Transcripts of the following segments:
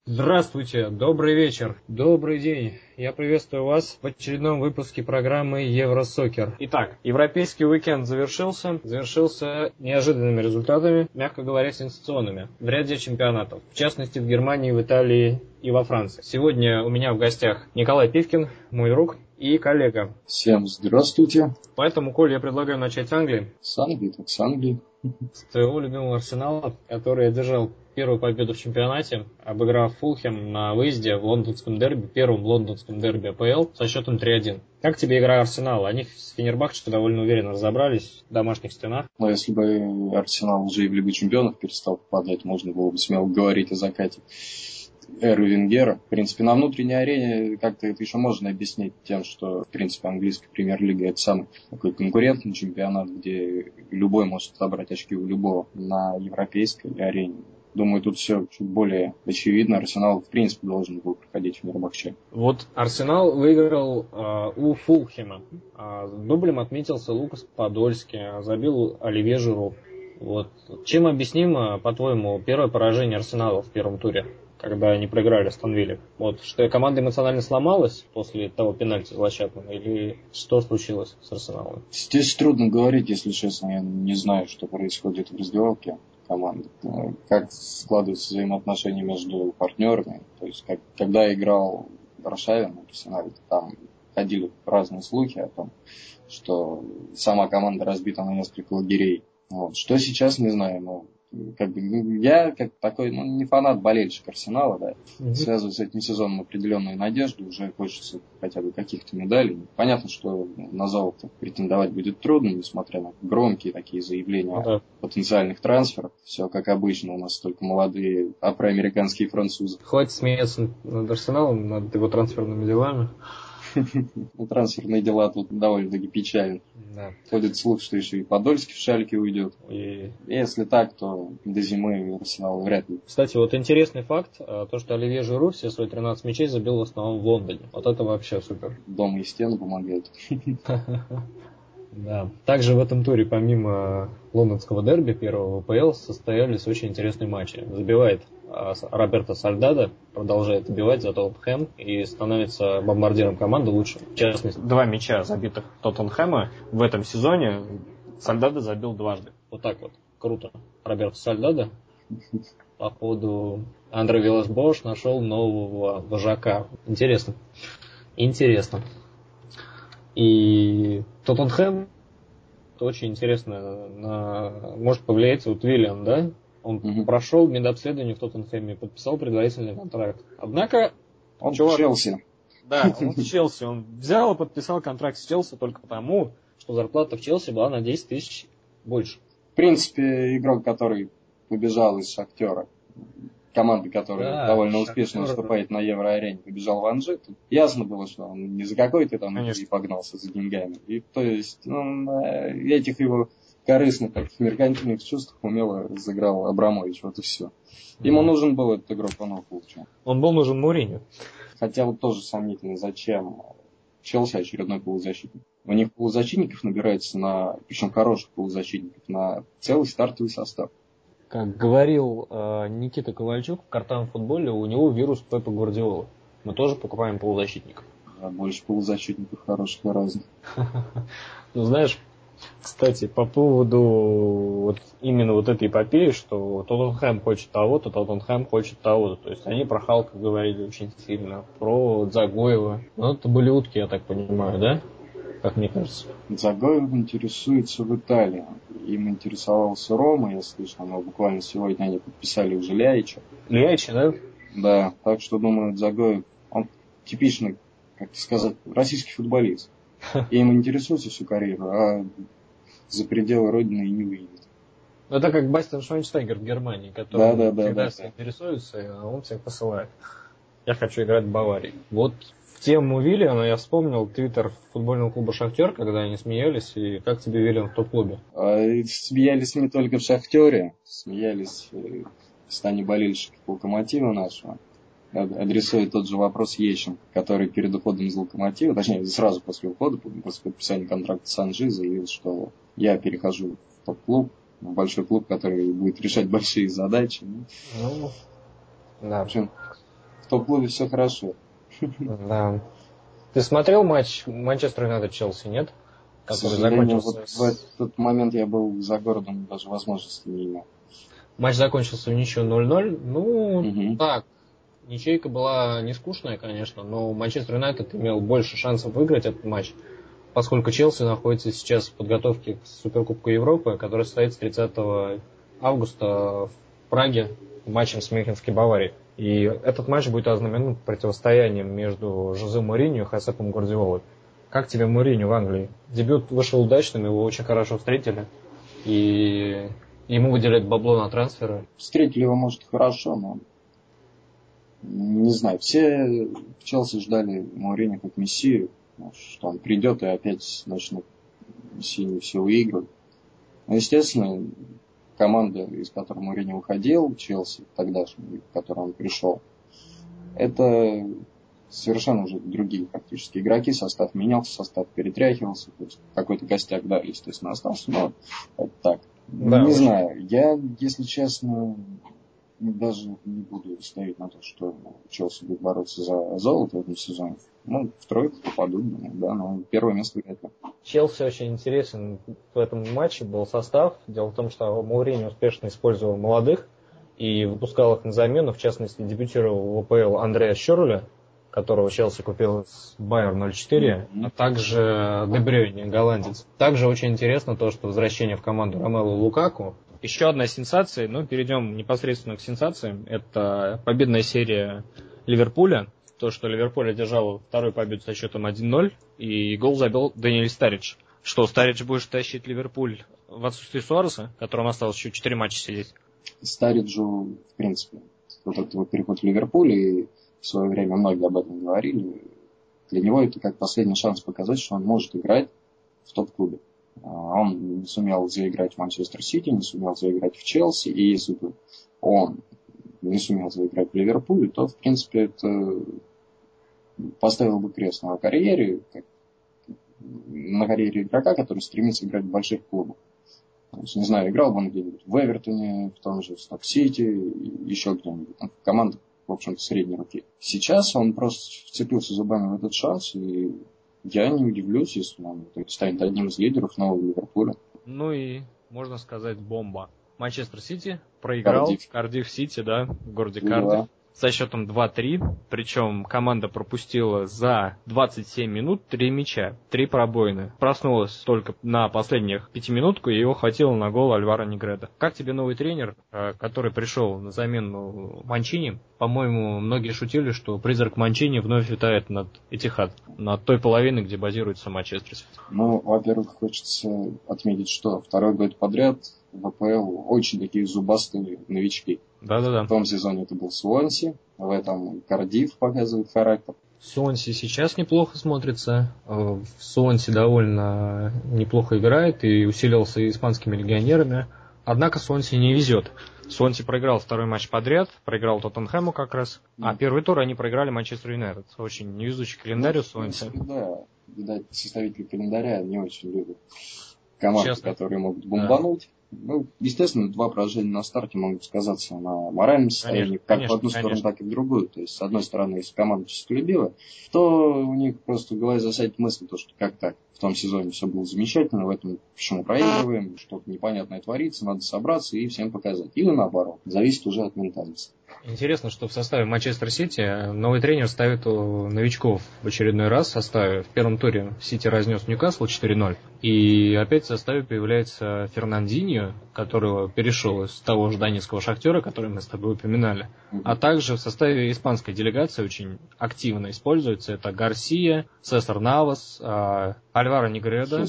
Здравствуйте, добрый вечер, добрый день. Я приветствую вас в очередном выпуске программы Евросокер. Итак, европейский уикенд завершился неожиданными результатами, мягко говоря, сенсационными, в ряде чемпионатов, в частности в Германии, в Италии и во Франции. Сегодня у меня в гостях Николай Пивкин, мой друг и коллега. Всем здравствуйте. Поэтому, Коль, я предлагаю начать с Англии. С Англии, так с Англии. С твоего любимого Арсенала, который одержал первую победу в чемпионате, обыграв Фулхэм на выезде в лондонском дерби, первом лондонском дерби АПЛ со счетом 3-1. Как тебе игра Арсенала? Они с Фенербахче довольно уверенно разобрались в домашних стенах. Но если бы Арсенал уже и в Лигу чемпионов перестал попадать, можно было бы смело говорить о закате эры Венгера. В принципе, на внутренней арене как-то это еще можно объяснить тем, что, в принципе, английская премьер-лига — это самый такой конкурентный чемпионат, где любой может собрать очки у любого. На европейской арене, думаю, тут все чуть более очевидно. Арсенал, в принципе, должен был проходить в Фенербахче. Вот Арсенал выиграл у Фулхэма. Дублем отметился Лукас Подольский, забил Оливье Жиру. Вот. Чем объяснимо, по-твоему, первое поражение Арсенала в первом туре, когда они проиграли Астон Вилле? Вот, что команда эмоционально сломалась после того пенальти злосчастного, или что случилось с Арсеналом? Здесь трудно говорить, если честно. Я не знаю, что происходит в раздевалке команды. Как складываются взаимоотношения между партнерами. То есть, когда играл Аршавин в Арсенале, там ходили разные слухи о том, что сама команда разбита на несколько лагерей. Вот. Что сейчас, не знаю, но я как такой, не фанат, болельщик Арсенала, да, связываю с этим сезоном определенную надежду, уже хочется хотя бы каких-то медалей. Понятно, что на золото претендовать будет трудно, несмотря на громкие такие заявления о потенциальных трансферах. Все как обычно, у нас только молодые афроамериканские французы. Хватит смеяться над Арсеналом, над его трансферными делами. Трансферные дела тут довольно-таки печальны. Да. Ходит слух, что еще и Подольский в Шальке уйдет. И если так, то до зимы Арсенал вряд ли. Кстати, вот интересный факт, то, что Оливье Жиру все свои 13 мячей забил в основном в Лондоне. Вот это вообще супер. Дома и стены помогают. Да. Также в этом туре, помимо лондонского дерби первого ВПЛ, состоялись очень интересные матчи. Забивает Роберто Сальдадо, продолжает забивать за Тоттенхэм и становится бомбардиром команды лучше. В частности, 2 мяча, забитых Тоттенхэма в этом сезоне, Сальдадо забил дважды. Вот так вот. Круто. Роберто Сальдадо. Походу, Андре Виллас-Бош нашел нового вожака. Интересно. И Тоттенхэм, это очень интересно, может повлиять вот Виллиан, да? Он прошел медобследование в Тоттенхэме, подписал предварительный контракт. Однако он в Челси. Да, он в Челси. Он взял и подписал контракт с Челси только потому, что зарплата в Челси была на 10 тысяч больше. В принципе, игрок, который побежал из Шахтера, команды, которая довольно успешно выступает на Евроарене, побежал в Анжи. Тут ясно было, что он не за какой-то там и погнался за деньгами. И то есть этих его корыстных, таких меркантильных чувств умело разыграл Абрамович. Вот и все. Ему нужен был этот игрок, он его получил. Он был нужен Мourinho. Хотя вот тоже сомнительно, зачем Челси очередной полузащитник. У них полузащитников набирается причем хороших полузащитников, на целый стартовый состав. Как говорил Никита Ковальчук в «Картавом футболе», у него вирус Пепа Гвардиолы. Мы тоже покупаем полузащитников. Да, больше полузащитников хороших и разных. Ну, знаешь, кстати, по поводу именно этой эпопеи, что Тоттенхэм хочет того-то, Тоттенхэм хочет того-то. То есть они про Халка говорили очень сильно, про Дзагоева. Ну, это были утки, я так понимаю, да? Как мне кажется. Дзагоев интересуется в Италии. Им интересовался Рома, я слышал, но буквально сегодня они подписали уже Ляича. Ляича, да? Да, так что, думаю, Дзагоев, он типичный, как сказать, российский футболист. И им интересуется всю карьеру, а за пределы родины и не выйдет. Это как Бастиан Швайнштайгер в Германии, который всегда интересуется, а он всех посылает. Я хочу играть в Баварии. Вот в тему Виллиана я вспомнил твиттер футбольного клуба «Шахтер», когда они смеялись. И как тебе Виллиан в топ-клубе? Смеялись не только в «Шахтере», смеялись в стане болельщиков «Локомотива» нашего. Адресует тот же вопрос Ещенко, который перед уходом из «Локомотива», точнее, сразу после ухода, после подписания контракта с Анжи, заявил, что я перехожу в топ-клуб, в большой клуб, который будет решать большие задачи. Да. В топ-клубе все хорошо. Да. Ты смотрел матч Манчестер Юнайтед-Челси, нет? К Который сожалению, закончился... в этот момент я был за городом, даже возможности не имел. Матч закончился в ничью 0-0. Угу. Так, ничейка была не скучная, конечно, но Манчестер Юнайтед имел больше шансов выиграть этот матч, поскольку Челси находится сейчас в подготовке к Суперкубку Европы, который состоится 30 августа в Праге матчем с Мюнхенской Баварией. И этот матч будет ознаменован противостоянием между Жозе Мourinho и Хосепом Гвардиолой. Как тебе Мourinho в Англии? Дебют вышел удачным, его очень хорошо встретили. И ему выделяют бабло на трансферы. Встретили его, может, хорошо, но не знаю. Все в Челси ждали Мourinho как мессию, что он придет и опять начнет сильно все выигрывать. Но, естественно, команда, из которой Мourinho уходил, Челси, тогдашний, в которой он пришел, это совершенно уже другие практически игроки. Состав менялся, состав перетряхивался. То есть какой-то костяк, да, естественно, остался, но это так. Да, не знаю. Я, если честно, даже не буду ставить на то, что Челси будет бороться за золото в этом сезоне. Ну, в тройку попадут, да, но первое место вряд ли. Челси очень интересен в этом матче был состав. Дело в том, что Моуриньо успешно использовал молодых и выпускал их на замену. В частности, дебютировал в АПЛ Андреа Щоруля, которого Челси купил с Байер 04, а также Де Брюйне, голландец. Также очень интересно то, что возвращение в команду Ромелу Лукаку. Еще одна сенсация, перейдем непосредственно к сенсациям. Это победная серия Ливерпуля. То, что Ливерпуль одержал вторую победу со счетом 1-0, и гол забил Даниэль Старидж. Что, Старидж будешь тащить Ливерпуль в отсутствие Суареса, которому осталось еще 4 матча сидеть? Стариджу, в принципе, вот этот вот переход в Ливерпуль, и в свое время многие об этом говорили, для него это как последний шанс показать, что он может играть в топ-клубе. Он не сумел заиграть в Манчестер Сити, не сумел заиграть в Челси, и если бы он не сумел заиграть в Ливерпуле, то, в принципе, это поставил бы крест на его карьере, на карьере игрока, который стремится играть в больших клубах. То есть, не знаю, играл бы он где-нибудь в Эвертоне, в том же Сток-Сити, еще где-нибудь. В командах, в общем-то, средней руки. Сейчас он просто вцепился зубами в этот шанс, и я не удивлюсь, если он станет одним из лидеров нового Ливерпуля. Ну и, можно сказать, бомба. Манчестер Сити проиграл Кардифф Сити, да, в городе Кардифф, со счетом 2-3. Причем команда пропустила за 27 минут 3 мяча, 3 пробоины. Проснулась только на последних 5 минутку, и его хватило на гол Альваро Негреда. Как тебе новый тренер, который пришел на замену Манчини? По-моему, многие шутили, что призрак Манчини вновь витает над Этихад, над той половиной, где базируется Манчестер Сити. Ну, во-первых, хочется отметить, что второй год подряд в АПЛ очень такие зубастые новички. Да-да-да. В том сезоне это был Суонси, в этом Кардифф показывает характер. Суонси сейчас неплохо смотрится. В Суонси довольно неплохо играет и усилился испанскими легионерами. Однако Суонси не везет. Суонси проиграл второй матч подряд, проиграл Тоттенхэму как раз, а первый тур они проиграли Манчестер Юнайтед. Очень невезучий календарь у Суонси. Да, видать, составители календаря не очень любят команды, которые могут бомбануть. Ну, естественно, 2 поражения на старте могут сказаться на моральном состоянии, как в одну сторону, так и в другую. То есть, с одной стороны, если команда честолюбива, то у них просто в голове засядет мысль, что как так, в том сезоне все было замечательно, в этом почему проигрываем, что-то непонятное творится, надо собраться и всем показать. Или наоборот, зависит уже от ментальности. Интересно, что в составе Манчестер Сити новый тренер ставит новичков в очередной раз в составе. В первом туре Сити разнес Ньюкасл 4-0. И опять в составе появляется Фернандиньо, который перешел из того же донецкого Шахтера, который мы с тобой упоминали. А также в составе испанской делегации очень активно используется. Это Гарсия, Сесар Навас, Альваро Негреда.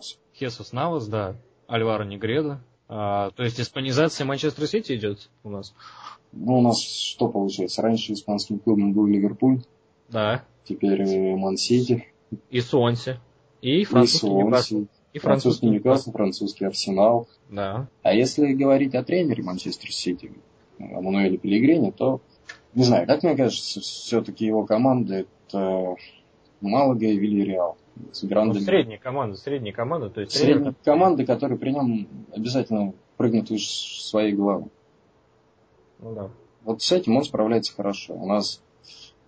Хесус Навас, да. Альваро Негреда. То есть испанизация Манчестер Сити идет у нас. Ну, у нас что получается? Раньше испанским клубом был Ливерпуль. Да. Теперь Ман-Сити. И Суонси. И французский Ньюкасл. И французский Ньюкасл, французский Арсенал. Да. А если говорить о тренере Манчестер Сити, Мануэле Пеллегрини, то, не знаю, как мне кажется, все-таки его команда это Малага и Вильяреал. Средняя команда. То есть средняя команда, которая при нем обязательно прыгнет выше своей головы. Ну да. Вот с этим он справляется хорошо. У нас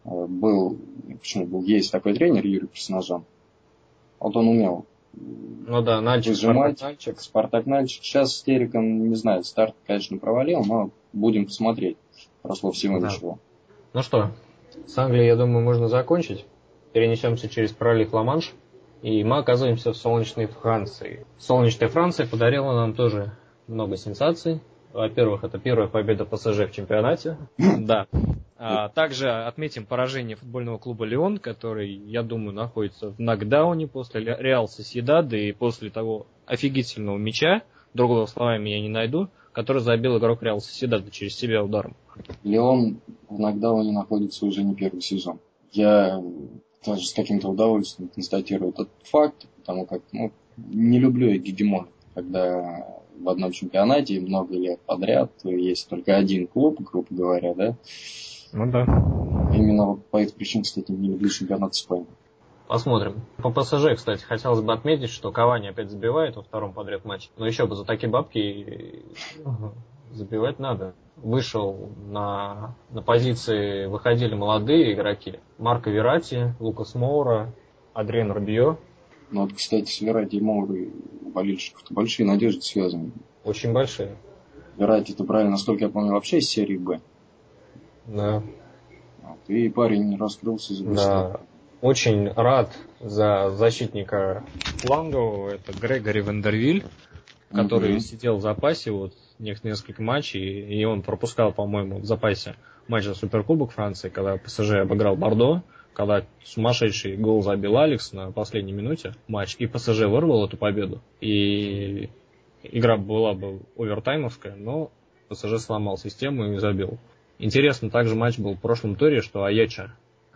Есть такой тренер Юрий Красножан. Вот он умел выжимать. Спартак Нальчик. Сейчас с Тереком, не знаю, старт, конечно, провалил, но будем посмотреть. Прошло всего ничего. Ну что, с Англией, я думаю, можно закончить. Перенесемся через пролив Ла-Манш, и мы оказываемся в солнечной Франции. Солнечная Франция подарила нам тоже много сенсаций. Во-первых, это первая победа ПСЖ в чемпионате. Да. Также отметим поражение футбольного клуба «Лион», который, я думаю, находится в нокдауне после Реал Сосьедада и после того офигительного мяча, другого словами я не найду, который забил игрок Реал Сосьедада через себя ударом. «Лион» в нокдауне находится уже не первый сезон. Я даже с каким-то удовольствием констатирую этот факт, потому как не люблю я гегемонов, когда в одном чемпионате много лет подряд есть только один клуб, грубо говоря, да? Ну да. Именно по этой причине, кстати, не люблю чемпионат Испании. Посмотрим. По ПСЖ, кстати, хотелось бы отметить, что Кавани опять забивает во втором подряд матче. Но еще бы за такие бабки забивать надо. Вышел на позиции, выходили молодые игроки. Марко Верratti, Лукас Моура, Адриан Рабио. Ну вот, кстати, с Верratti и Моурой у болельщиков-то большие надежды связаны. Очень большие. Верratti-то, правильно, насколько я помню, вообще из серии Б. Да. И парень раскрылся за быстро. Да. Очень рад за защитника флангового, это Грегори Вандервиль, который сидел в запасе несколько матчей, и он пропускал, по-моему, в запасе матч за Суперкубок Франции, когда ПСЖ обыграл Бордо, когда сумасшедший гол забил Алекс на последней минуте матч, и ПСЖ вырвал эту победу. И игра была бы овертаймовская, но ПСЖ сломал систему и забил. Интересно, также матч был в прошлом туре, что Аяча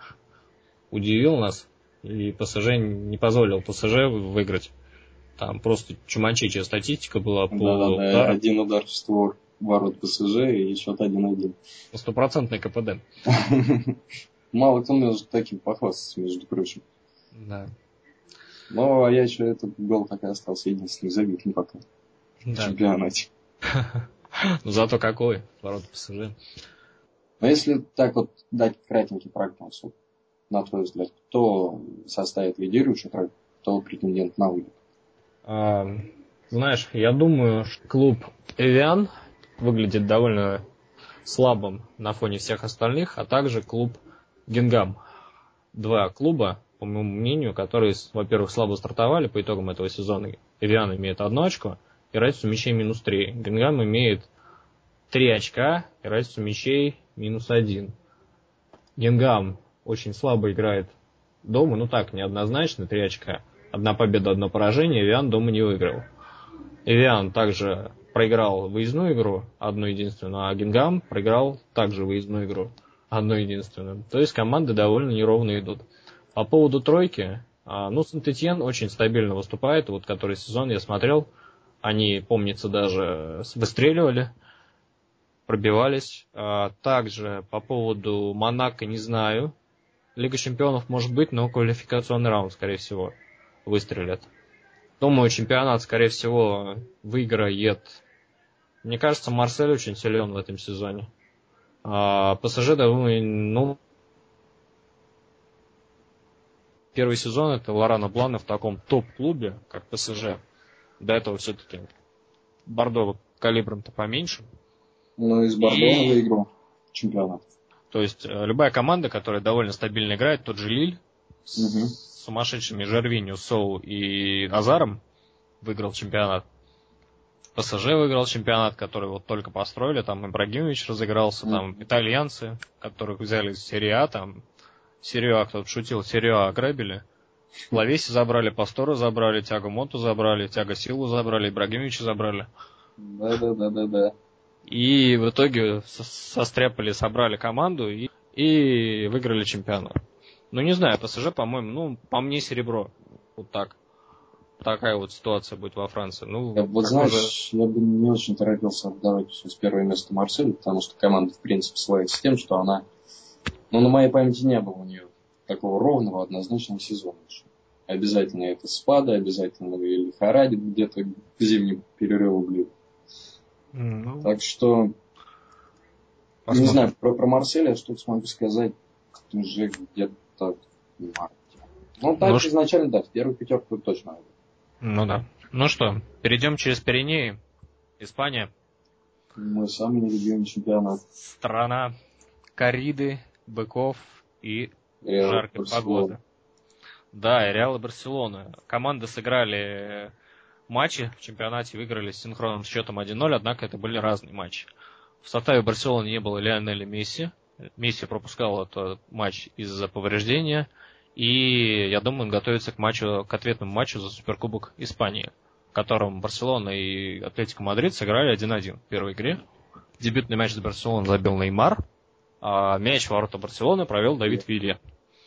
удивил нас, и ПСЖ не позволил ПСЖ выиграть. Там просто чумачечья статистика была по ударам. Один удар в створ ворот ПСЖ и счет 1-1. Стопроцентный КПД. Мало кто может таким похвастаться, между прочим. Да. Но Аяча этот гол так и остался единственным забитым пока в чемпионате. Ну зато какой ворот ПСЖ. Но если так вот дать кратенький прогноз, на твой взгляд, кто составит лидирующий трек, кто претендент на вылет? Знаешь, я думаю, что клуб Эвиан выглядит довольно слабым на фоне всех остальных, а также клуб Гингам. Два клуба, по моему мнению, которые, во-первых, слабо стартовали по итогам этого сезона. Эвиан имеет 1 очко и разницу мячей -3. Гингам имеет 3 очка и разницу мячей -1. Гингам очень слабо играет дома, неоднозначно, 3 очка. 1 победа, 1 поражение, Эвиан дома не выиграл. Эвиан также проиграл выездную игру, 1 единственную, а Гингам проиграл также выездную игру, 1 единственную. То есть команды довольно неровно идут. По поводу тройки, Сент-Этьен очень стабильно выступает, который сезон я смотрел, они, помнится, даже выстреливали, пробивались. Также по поводу Монако не знаю. Лига чемпионов может быть, но квалификационный раунд, скорее всего, выстрелят. Думаю, чемпионат, скорее всего, выиграет. Мне кажется, Марсель очень силен в этом сезоне. ПСЖ, думаю, первый сезон это Лорана Блана в таком топ-клубе, как ПСЖ. До этого все-таки Бордо калибром-то поменьше. Из Бордо он выиграл чемпионат. То есть любая команда, которая довольно стабильно играет, тот же Лиль, с сумасшедшими Жервинью, Соу и Азаром выиграл чемпионат. ПСЖ выиграл чемпионат, который только построили, там Ибрагимович разыгрался, там итальянцы, которых взяли из серии А, там серию А, кто-то шутил, серию А ограбили. Лавеси забрали, Пастора забрали, Тиаго Моту забрали, Тиаго Силву забрали, Ибрагимовича забрали. Да. И в итоге состряпали, собрали команду и выиграли чемпионат. Не знаю, ПСЖ, по-моему, по мне серебро. Вот так. Такая ситуация будет во Франции. Знаешь, я бы не очень торопился отдавать с первое место Марселю, потому что команда, в принципе, славится тем, что она... на моей памяти не было у нее такого ровного, однозначного сезона. Обязательно это спады, обязательно лихорадит где-то к зимнему перерыву ближе. Так что, посмотрим. Не знаю, про Марселя что-то смогу сказать. уже где-то в марте. Ну, так изначально, да, в первую пятерку точно. Ну да. Ну что, перейдем через Пиренеи. Испания. Мой самый нелюбимый чемпионат. Страна корриды, быков и жаркой погоды. Да, и Реал и Барселона. Команды сыграли матчи в чемпионате, выиграли с синхронным счетом 1-0, однако это были разные матчи. В составе Барселоны не было Лионеля Месси. Месси пропускал этот матч из-за повреждения. И, я думаю, он готовится к ответному матчу за Суперкубок Испании, в котором Барселона и Атлетико Мадрид сыграли 1-1 в первой игре. Дебютный матч за Барселону забил Неймар, а мяч в ворота Барселоны провел Давид Вилья.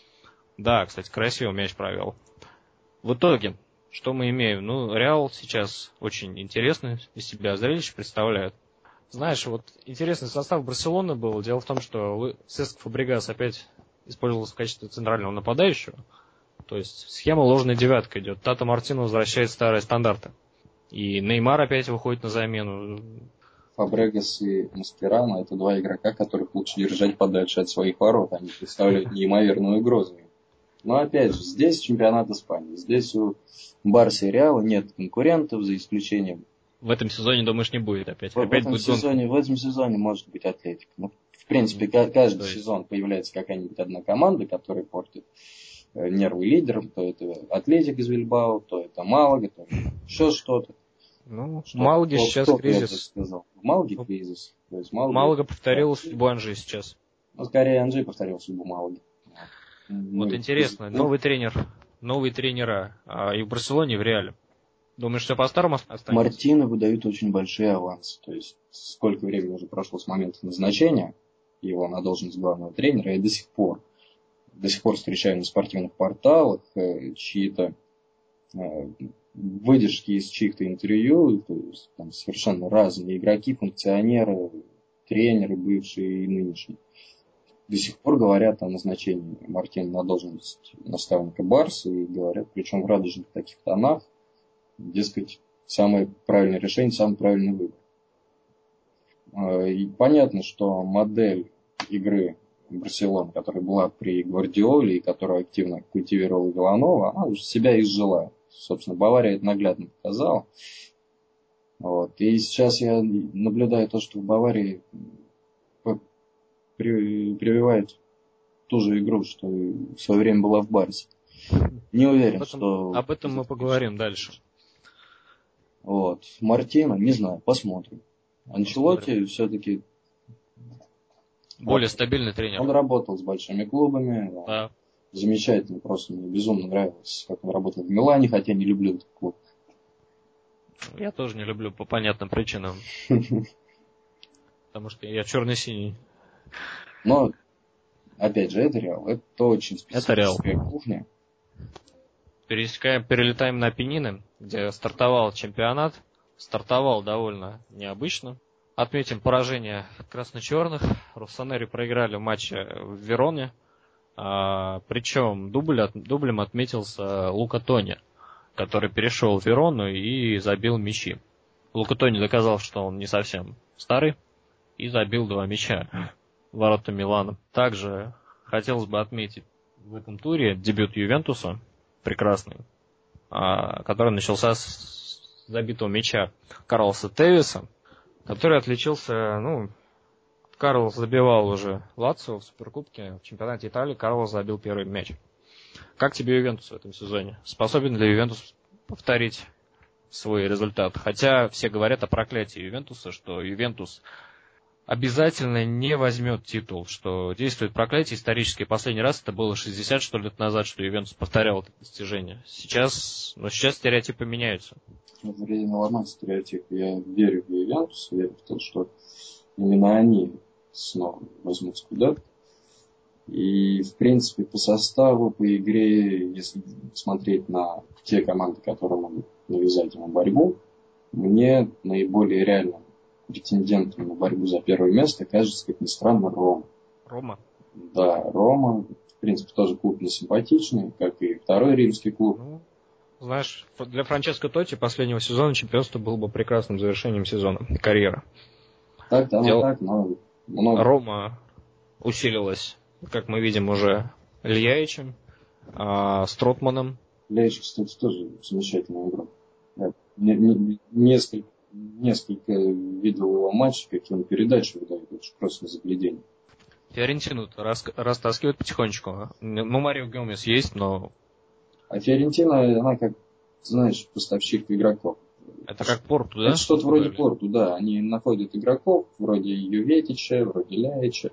Да, кстати, красиво мяч провел. В итоге, что мы имеем? Ну, Реал сейчас очень интересный из себя зрелище представляет. Знаешь, вот интересный состав Барселоны был. Дело в том, что Сеск Фабрегас опять использовался в качестве центрального нападающего. То есть схема ложная девятка идет. Тата Мартино возвращает старые стандарты. И Неймар опять выходит на замену. Фабрегас и Маскерано — это два игрока, которых лучше держать подальше от своих ворот. Они представляют неимоверную угрозу. Но опять же, здесь чемпионат Испании. Здесь у Барса и Реала нет конкурентов, за исключением... В этом сезоне, думаешь, не будет опять? В этом сезоне может быть Атлетико. Ну, в принципе, каждый сезон появляется какая-нибудь одна команда, которая портит нервы лидерам. То это Атлетик из Бильбао, то это Малага, то это еще что-то. Ну, в Малаге сейчас кризис. В Малаге кризис. То есть Малага повторила судьбу Анжи сейчас. Ну, скорее Анжи повторил судьбу Малаги. Вот интересно, новый тренер, новые тренера и в Барселоне, и в Реале. Думаешь, все по-старому останется? Мартину выдают очень большие авансы. То есть, сколько времени уже прошло с момента назначения его на должность главного тренера, и до сих пор встречаю на спортивных порталах чьи-то выдержки из чьих-то интервью, то есть, там совершенно разные игроки, функционеры, тренеры бывшие и нынешние. До сих пор говорят о назначении Мартина на должность наставника Барса, и говорят, причем в радужных таких тонах, дескать, самое правильное решение, самый правильный выбор. И понятно, что модель игры Барселоны, которая была при Гвардиоле и которую активно культивировала Виланова, она уже себя изжила. Собственно, Бавария это наглядно показала. Вот. И сейчас я наблюдаю то, что в Баварии прививает ту же игру, что и в свое время была в Барсе. Не уверен, что... Об этом мы поговорим дальше. Вот. Мартино, не знаю, посмотрим. Анчелотти все-таки... Более стабильный тренер. Он работал с большими клубами. Да. Замечательно, просто мне безумно нравилось, как он работал в Милане, хотя не люблю этот клуб. Я тоже не люблю по понятным причинам. Потому что я черно-синий. Но, опять же, это Реал. Это очень специфическая кухня. Перелетаем на Апеннины, где стартовал чемпионат. Стартовал довольно необычно. Отметим поражение красно-черных. Россонери проиграли в матче в Вероне. Причем дублем отметился Лука Тони, который перешел в Верону и забил мячи. Лука Тони доказал, что он не совсем старый, и забил 2 мяча в ворота Милана. Также хотелось бы отметить в этом туре дебют Ювентуса, прекрасный, который начался с забитого мяча Карлоса Тевиса, который отличился, Карлос забивал уже Лацио в Суперкубке, в чемпионате Италии Карлос забил первый мяч. Как тебе Ювентус в этом сезоне? Способен ли Ювентус повторить свой результат? Хотя все говорят о проклятии Ювентуса, что Ювентус обязательно не возьмет титул, что действует проклятие историческое. Последний раз это было 60 лет назад, что Ювентус повторял это достижение. Сейчас стереотипы меняются. Это время ломать стереотипы. Я верю в Ювентус, верю в то, что именно они снова возьмут куда. И, в принципе, по составу, по игре, если смотреть на те команды, которые могут навязать ему борьбу, мне наиболее реальным претендентом на борьбу за первое место кажется, как ни странно, Рома. Рома? Да, Рома, в принципе, тоже клуб несимпатичный, как и второй римский клуб. Знаешь, для Франческо Тотти последнего сезона чемпионство было бы прекрасным завершением сезона, карьеры. Но много. Рома усилилась как мы видим, уже Ильяичем, Стротманом. Ильяич, кстати, тоже замечательный игрок. Я несколько видел его матчей, какие он передачи выдает, это же просто загляденье. Фиорентину растаскивает потихонечку. Ну, Марио Гомес есть, но... А Фиорентина, она как, знаешь, поставщик игроков. Это как Порту, да? Это что-то вроде Порту, да. Они находят игроков, вроде Юветича, вроде Ляича.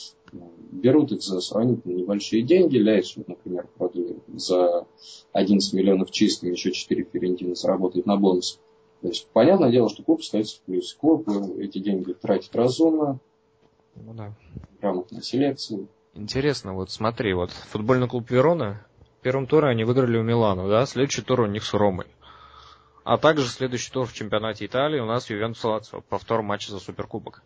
Берут их за сравнительно небольшие деньги. Ляич, например, продали за 11 миллионов чистым, еще 4 Фиорентины сработает на бонус. То есть, понятное дело, что клуб остается в плюсе. Клуб эти деньги тратит разумно, Ну да. грамотная селекция. Интересно, вот смотри, вот футбольный клуб Верона, в первом туре они выиграли у Милана, да, следующий тур у них с Ромой. А также следующий тур в чемпионате Италии у нас Ювентус Лацио по второму матчу за Суперкубок.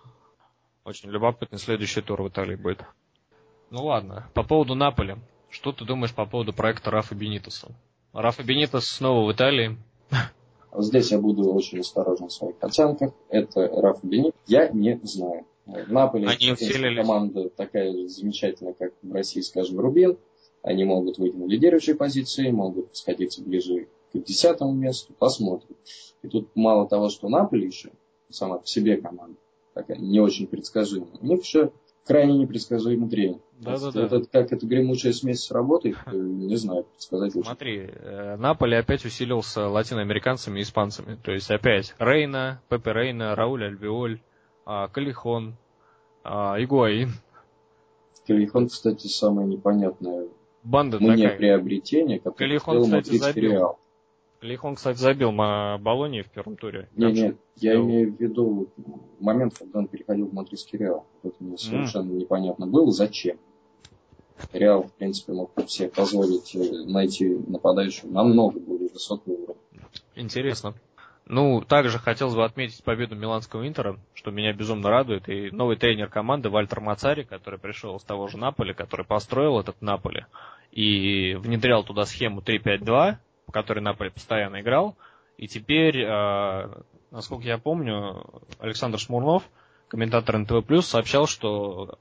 Очень любопытный следующий тур в Италии будет. Ну ладно, по поводу Наполи. Что ты думаешь по поводу проекта Рафа Бенитеса? Рафа Бенитес снова в Италии. Здесь я буду очень осторожен в своих оценках. Это Рафа Бенитес. Я не знаю. Наполе команда такая же замечательная, как в России, скажем, Рубин. Они могут выйти на лидирующие позиции, могут сходиться ближе к 10-му месту. Посмотрим. И тут мало того, что Наполе еще сама по себе команда такая не очень предсказуемая. У них еще крайне непредсказуемый тренер. Да. Как эта гремучая смесь работает, не знаю, предсказать. Смотри, Наполе опять усилился латиноамериканцами и испанцами. То есть опять Рейна, Пепе Рейна, Рауль Альбиоль, Калихон, Игуаин. Калихон, кстати, самое непонятное банда мне такая. Приобретение, которое Калихон, сделал кстати, мадридский Реал. Калихон, кстати, забил Болонье в первом туре. Нет, я имею в виду момент, когда он переходил в мадридский Реал. Это мне совершенно непонятно было, зачем. Реал, в принципе, мог себе позволить найти нападающего намного более высокого уровня. Интересно. Ну, также хотелось бы отметить победу миланского Интера, что меня безумно радует. И новый тренер команды Вальтер Мацари, который пришел с того же Наполи, который построил этот Наполи и внедрял туда схему 3-5-2, по которой Наполи постоянно играл. И теперь, насколько я помню, Александр Шмурнов, комментатор НТВ+, сообщал, что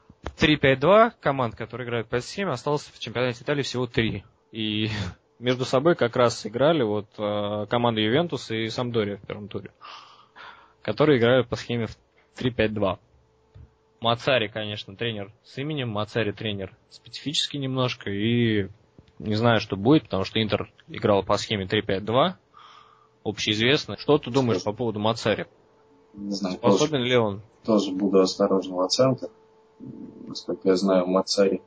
3-5-2 команд, которые играют по схеме, осталось в чемпионате Италии всего 3. И между собой как раз играли вот команды Ювентус и Сампдория в первом туре, которые играют по схеме 3-5-2. Мацари, конечно, тренер с именем, Мацари тренер специфический немножко, и не знаю, что будет, потому что Интер играл по схеме 3-5-2, общеизвестно. Что ты думаешь по поводу Мацари? Не знаю, способен ли он? Тоже буду осторожен в оценках. Насколько я знаю, Мацари...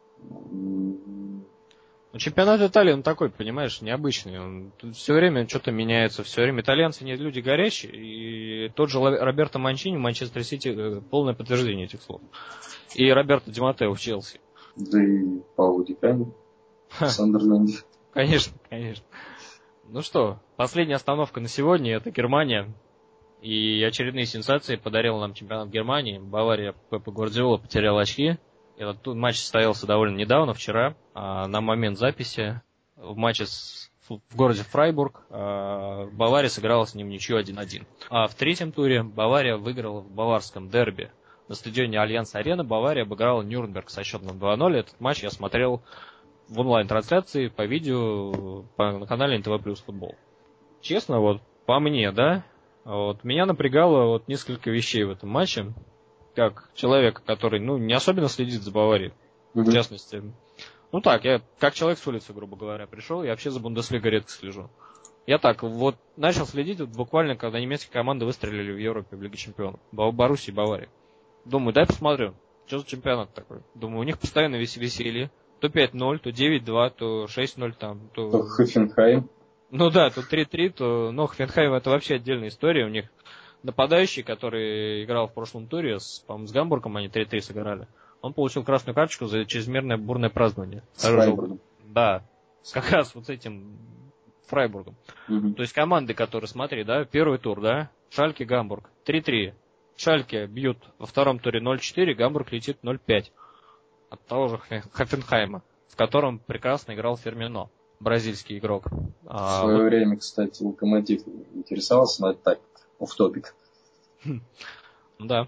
Чемпионат Италии, он такой, понимаешь, необычный. Он все время что-то меняется, все время. Итальянцы не люди горячие, и тот же Роберто Манчини в Манчестер Сити полное подтверждение этих слов. И Роберто Ди Маттео в Челси. Да и Пауло Ди Каньо в Сандерленде. Конечно. Ну что, последняя остановка на сегодня — это Германия. И очередные сенсации подарил нам чемпионат Германии. Бавария, Пепа Гвардиола потерял очки. Этот матч состоялся довольно недавно, вчера, на момент записи. В матче в городе Фрайбург Бавария сыграла с ним ничью 1-1. А в третьем туре Бавария выиграла в баварском дерби. На стадионе Альянс-Арена Бавария обыграла Нюрнберг со счетом 2-0. Этот матч я смотрел в онлайн-трансляции по видео на канале НТВ Плюс Футбол. Честно, вот по мне, да, вот меня напрягало вот несколько вещей в этом матче. Как человека, который, не особенно следит за Баварией, в частности. Ну так, я как человек с улицы, грубо говоря, пришел, я вообще за Бундеслигой редко слежу. Я так вот начал следить буквально, когда немецкие команды выстрелили в Европе, в Лиге Чемпионов. Боруссия и Бавария. Думаю, дай посмотрю, что за чемпионат такой. Думаю, у них постоянно веселье. То 5-0, то 9-2, то 6-0 там. То Хофенхайм. Ну да, то 3-3, то... Но Хофенхайм это вообще отдельная история. У них нападающий, который играл в прошлом туре, по-моему, с Гамбургом они 3-3 сыграли, он получил красную карточку за чрезмерное бурное празднование. С Фрайбургом. Да, как раз вот с этим Фрайбургом. То есть команды, которые, смотри, да, первый тур, да, Шальке, Гамбург, 3-3. Шальке бьют во втором туре 0-4, Гамбург летит 0-5. От того же Хофенхайма, в котором прекрасно играл Фермино, бразильский игрок. В свое время, кстати, Локомотив интересовался, но это так, офф-топик. Да.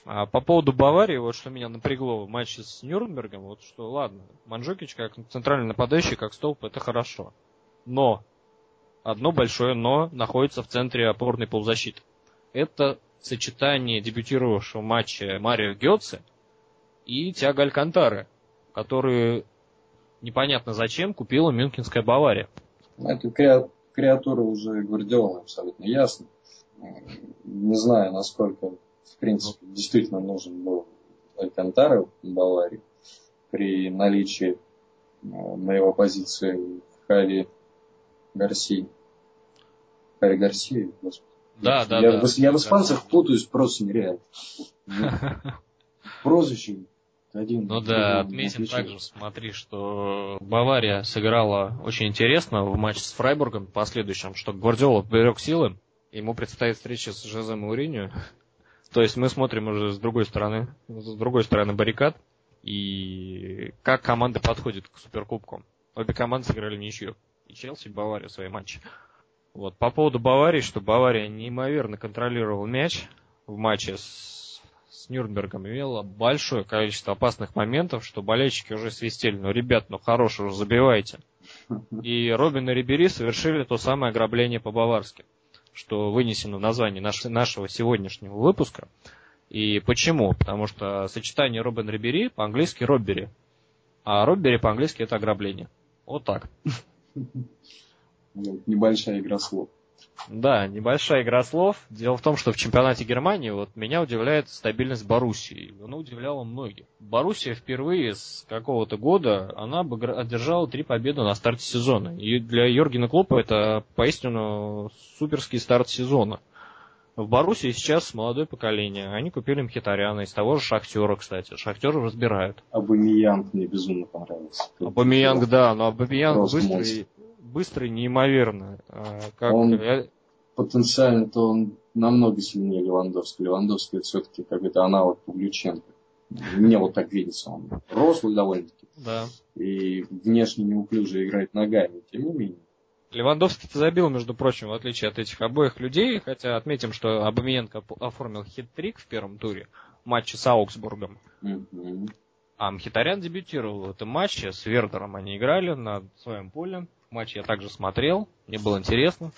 А по поводу Баварии, вот что меня напрягло в матче с Нюрнбергом, вот что, ладно, Манджукич как центральный нападающий, как столб, это хорошо. Но, одно большое но находится в центре опорной полузащиты. Это сочетание дебютировавшего в матче Марио Гётце и Тиаго Алькантары, который непонятно зачем купила Мюнхенская Бавария. Это креатура уже Гвардиолы, абсолютно ясно. Не знаю, насколько, в принципе, действительно нужен был Алькантара в Баварии при наличии на его позиции Хави Гарсии. Хави Гарсии, господи. Да. Я в испанцах путаюсь просто нереально. Прозвище один. Ну да, отметим также, смотри, что Бавария сыграла очень интересно в матче с Фрайбургом последующем, что Гвардиола берег силы, ему предстоит встреча с Жозе Мауриньо. То есть мы смотрим уже с другой стороны баррикад, и как команды подходят к Суперкубку. Обе команды сыграли в ничью. И Челси, и Бавария в свои матчи. Вот. По поводу Баварии, что Бавария неимоверно контролировала мяч в матче с Нюрнбергом, имела большое количество опасных моментов, что болельщики уже свистели: ну, ребят, ну хорош, уже забивайте. И Робин и Рибери совершили то самое ограбление по-баварски, что вынесено в название нашего сегодняшнего выпуска. И почему? Потому что сочетание Робин Рибери по-английски Роббери, а Роббери по-английски это ограбление. Вот так. Небольшая игра слов. Да, небольшая игра слов. Дело в том, что в чемпионате Германии вот меня удивляет стабильность Боруссии. Она удивляла многих. Боруссия впервые с какого-то года она одержала 3 победы на старте сезона. И для Йоргена Клоппа это поистину суперский старт сезона. В Боруссии сейчас молодое поколение. Они купили Мхитаряна из того же Шахтера, кстати. Шахтер разбирают. Абамеянг мне безумно понравился. Абамеянг, да, но Абамеянг быстрый неимоверно. Потенциально-то он намного сильнее Левандовского. Левандовский это все-таки какой-то аналог Павлюченко. Мне вот так видится. Он рослый довольно-таки. Да. И внешне неуклюже играет ногами. Тем не менее. Левандовский-то забил, между прочим, в отличие от этих обоих людей. Хотя отметим, что Абамеянг оформил хит-трик в первом туре в матче с Аугсбургом. А Мхитарян дебютировал в этом матче. С Вердером они играли на своем поле. Матч я также смотрел. Мне было интересно.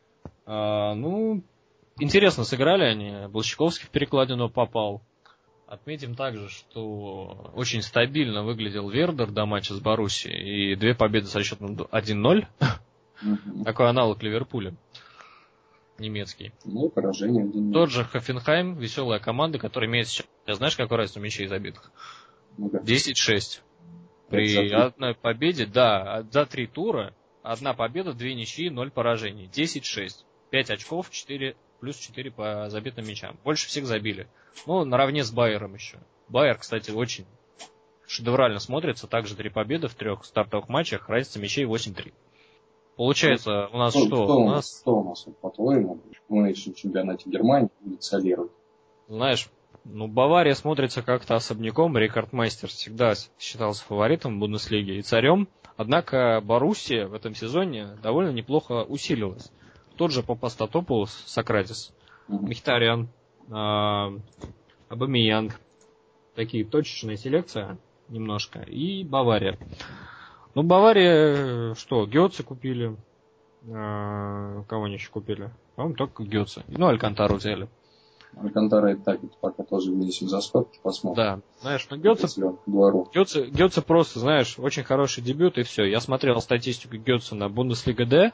Интересно сыграли они. Блащиковский в перекладину попал. Отметим также, что очень стабильно выглядел Вердер до матча с Боруссией. И 2 победы со счетом 1-0. Такой аналог Ливерпуля. Немецкий. Ну, поражение 1-0. Тот же Хофенхайм, веселая команда, которая имеет сейчас... Знаешь, какое разницу мячей забитых? 10-6. При одной победе, да, за 3 тура 1 победа, 2 ничьи, 0 поражений. 10-6. 5 очков, 4, плюс 4 по забитым мячам. Больше всех забили. Ну, наравне с Байером еще. Байер, кстати, очень шедеврально смотрится. Также 3 победы в 3 стартовых матчах. Разница мячей 8-3. Получается, у нас что? Кто у нас, по-твоему, в нынешнем чемпионате Германии будет солировать? Знаешь, Бавария смотрится как-то особняком. Рекордмейстер всегда считался фаворитом в Бундеслиге и царем. Однако Боруссия в этом сезоне довольно неплохо усилилась. Тот же Папастатопулос, Сократис, Мхитарян, Абамеянг. Такие точечная селекция немножко. И Бавария. Бавария, что, Гётце купили. Кого они еще купили? По-моему, только Гётце. Алькантару взяли. Алькантара это так, это пока тоже вынесем за скобки, посмотрим. Да, знаешь, Гётце просто, знаешь, очень хороший дебют и все. Я смотрел статистику Гётце на Бундеслига Д.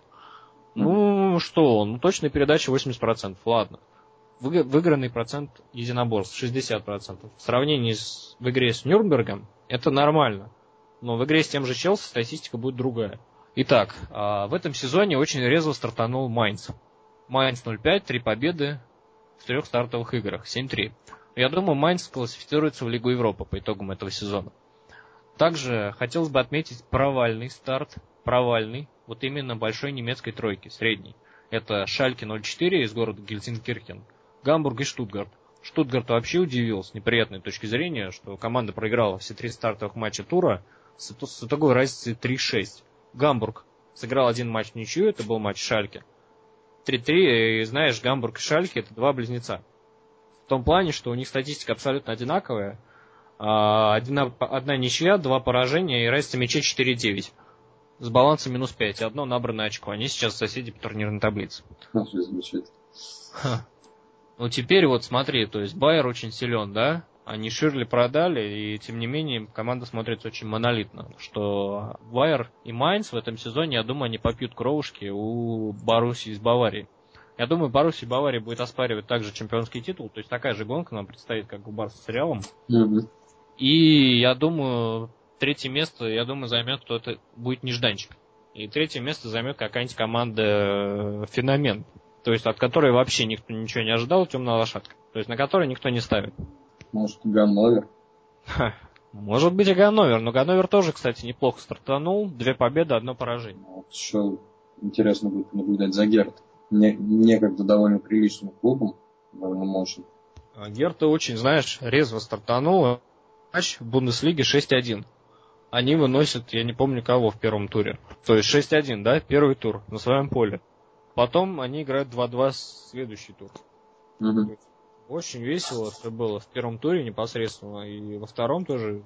Точная передача 80%, ладно. Выигранный процент единоборств 60%. В сравнении в игре с Нюрнбергом это нормально. Но в игре с тем же Челси статистика будет другая. Итак, в этом сезоне очень резво стартанул Майнц. Майнц 0-5, 3 победы в 3 стартовых играх, 7-3. Я думаю, Майнц классифицируется в Лигу Европы по итогам этого сезона. Также хотелось бы отметить провальный старт, вот именно большой немецкой тройки, средней. Это Шальке 0-4 из города Гельсинкирхен, Гамбург и Штутгарт. Штутгарт вообще удивил с неприятной точки зрения, что команда проиграла все 3 стартовых матча тура с итоговой разницей 3-6. Гамбург сыграл 1 матч в ничью, это был матч Шальке. 3-3, и знаешь, Гамбург и Шальке это 2 близнеца. В том плане, что у них статистика абсолютно одинаковая. Одна ничья, 2 поражения и разница мячей 4-9. С балансом минус 5. Одно набранное очко. Они сейчас соседи по турнирной таблице. Ну теперь вот смотри, то есть Байер очень силен, да? Они Ширли продали, и тем не менее команда смотрится очень монолитно. Что Байер и Майнц в этом сезоне, я думаю, они попьют кровушки у Боруссии из Баварии. Я думаю, Боруссия Бавария будет оспаривать также чемпионский титул. То есть такая же гонка нам предстоит, как у Барса с Реалом. И я думаю, третье место, займет кто-то, будет нежданчик. И третье место займет какая-нибудь команда Феномен. То есть от которой вообще никто ничего не ожидал, темная лошадка. То есть на которой никто не ставит. Может, Ганновер? Может быть и Ганновер. Но Ганновер тоже, кстати, неплохо стартанул. 2 победы, 1 поражение. Вот еще интересно будет наблюдать за Герт. Некогда довольно приличным клубом, довольно мощным. Герта очень, знаешь, резво стартанул. Матч в Бундеслиге 6-1. Они выносят, я не помню кого, в первом туре. То есть 6-1, да, первый тур на своем поле. Потом они играют 2-2 следующий тур. Очень весело все было в первом туре непосредственно. И во втором тоже.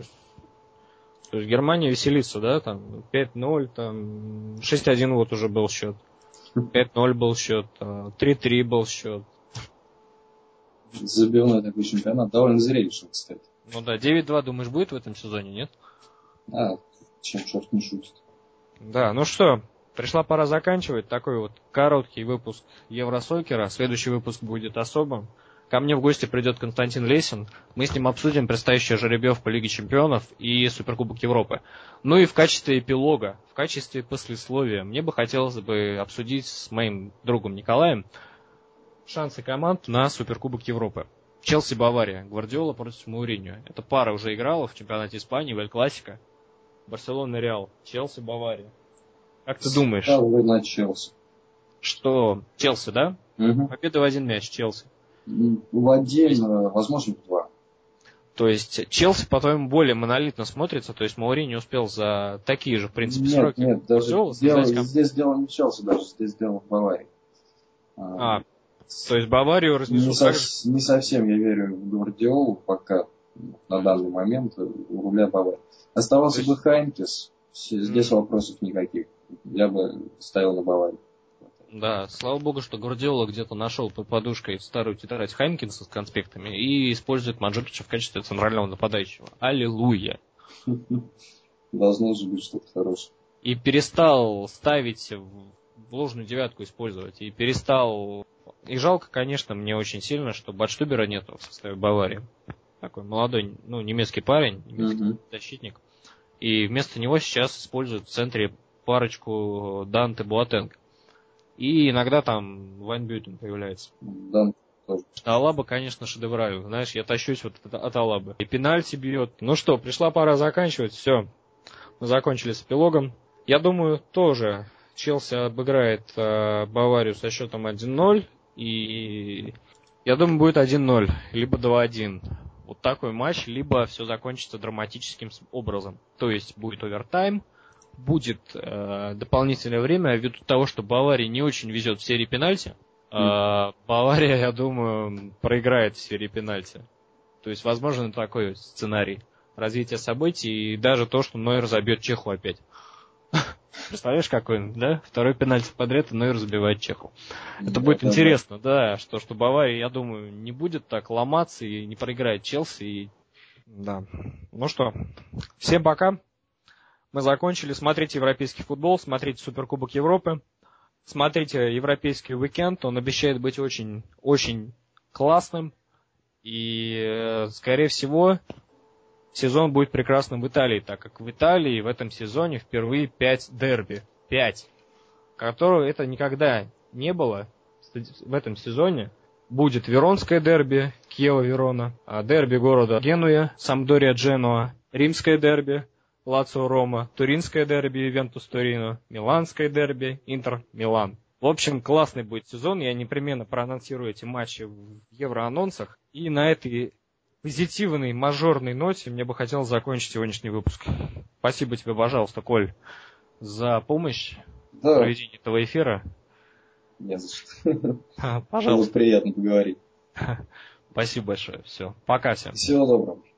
То есть Германия веселится, да, там 5-0, там 6-1 вот уже был счет. 5-0 был счет, 3-3 был счет. Забивной такой чемпионат, довольно зрелищный, кстати. Ну да, 9-2, думаешь, будет в этом сезоне, нет? Чем черт не шутит. Да, ну что, пришла пора заканчивать. Такой вот короткий выпуск Евросокера. Следующий выпуск будет особым. Ко мне в гости придет Константин Лесин. Мы с ним обсудим предстоящую жеребьевку по Лиге Чемпионов и Суперкубок Европы. Ну и в качестве эпилога, в качестве послесловия, мне бы хотелось бы обсудить с моим другом Николаем шансы команд на Суперкубок Европы. Челси-Бавария, Гвардиола против Мауриньо. Эта пара уже играла в чемпионате Испании, в Эль-Классико. Барселона-Реал, Челси-Бавария. Как ты думаешь? Да, вы на Челси. Что, Челси, да? Победа в 1 мяч, Челси. В 1, возможно, в 2. То есть Челси, по-твоему, более монолитно смотрится, то есть Мауриньо успел за такие же, в принципе, сроки. Нет, даже здесь дело не в Челси, даже здесь дело в Баварии. То есть Баварию разнесут так же? Не совсем я верю в Гвардиолу пока, на данный момент, у руля Баварии. Оставался бы Хайнкес, здесь вопросов никаких. Я бы ставил на Баварию. Да, слава богу, что Гвардиола где-то нашел под подушкой старую тетрадь Хайнкинса с конспектами и использует Манджукича в качестве центрального нападающего. Аллилуйя! Должно же быть что-то хорошее. И перестал ставить в ложную девятку использовать. И перестал... И жалко, конечно, мне очень сильно, что Бадштубера нету в составе Баварии. Такой молодой, немецкий парень, немецкий защитник. И вместо него сейчас используют в центре парочку Данте Буатенг. И иногда там Ван Бютен появляется. Да, тоже. Алаба, конечно, шедевральный. Знаешь, я тащусь вот от Алабы. И пенальти бьет. Ну что, пришла пора заканчивать. Все. Мы закончили с эпилогом. Я думаю, тоже Челси обыграет Баварию со счетом 1-0. И я думаю, будет 1-0. Либо 2-1. Вот такой матч. Либо все закончится драматическим образом. То есть будет овертайм. Будет дополнительное время, ввиду того, что Баварии не очень везет в серии пенальти. Бавария, я думаю, проиграет в серии пенальти. То есть, возможно, такой сценарий развития событий и даже то, что Нойер забьет Чеху опять. Представляешь, какой, да? Второй пенальти подряд, и Нойер забивает Чеху. Это будет интересно, да, что Бавария, я думаю, не будет так ломаться и не проиграет Челси. Да. Ну что, всем пока. Мы закончили. Смотрите европейский футбол, смотрите Суперкубок Европы, смотрите европейский уикенд. Он обещает быть очень, очень классным. И, скорее всего, сезон будет прекрасным в Италии, так как в Италии в этом сезоне впервые 5 дерби. 5. Которого это никогда не было в этом сезоне. Будет Веронское дерби, Киево-Верона, дерби города Генуя, Сампдория-Дженуа, Римское дерби, Лацио-Рома, Туринское дерби, Ювентус-Торино, Миланское дерби, Интер-Милан. В общем, классный будет сезон. Я непременно проанонсирую эти матчи в евроанонсах. И на этой позитивной, мажорной ноте мне бы хотелось закончить сегодняшний выпуск. Спасибо тебе, пожалуйста, Коль, за помощь в проведении этого эфира. Не за что. Пожалуйста. Было приятно поговорить. Спасибо большое. Все. Пока всем. Всего доброго.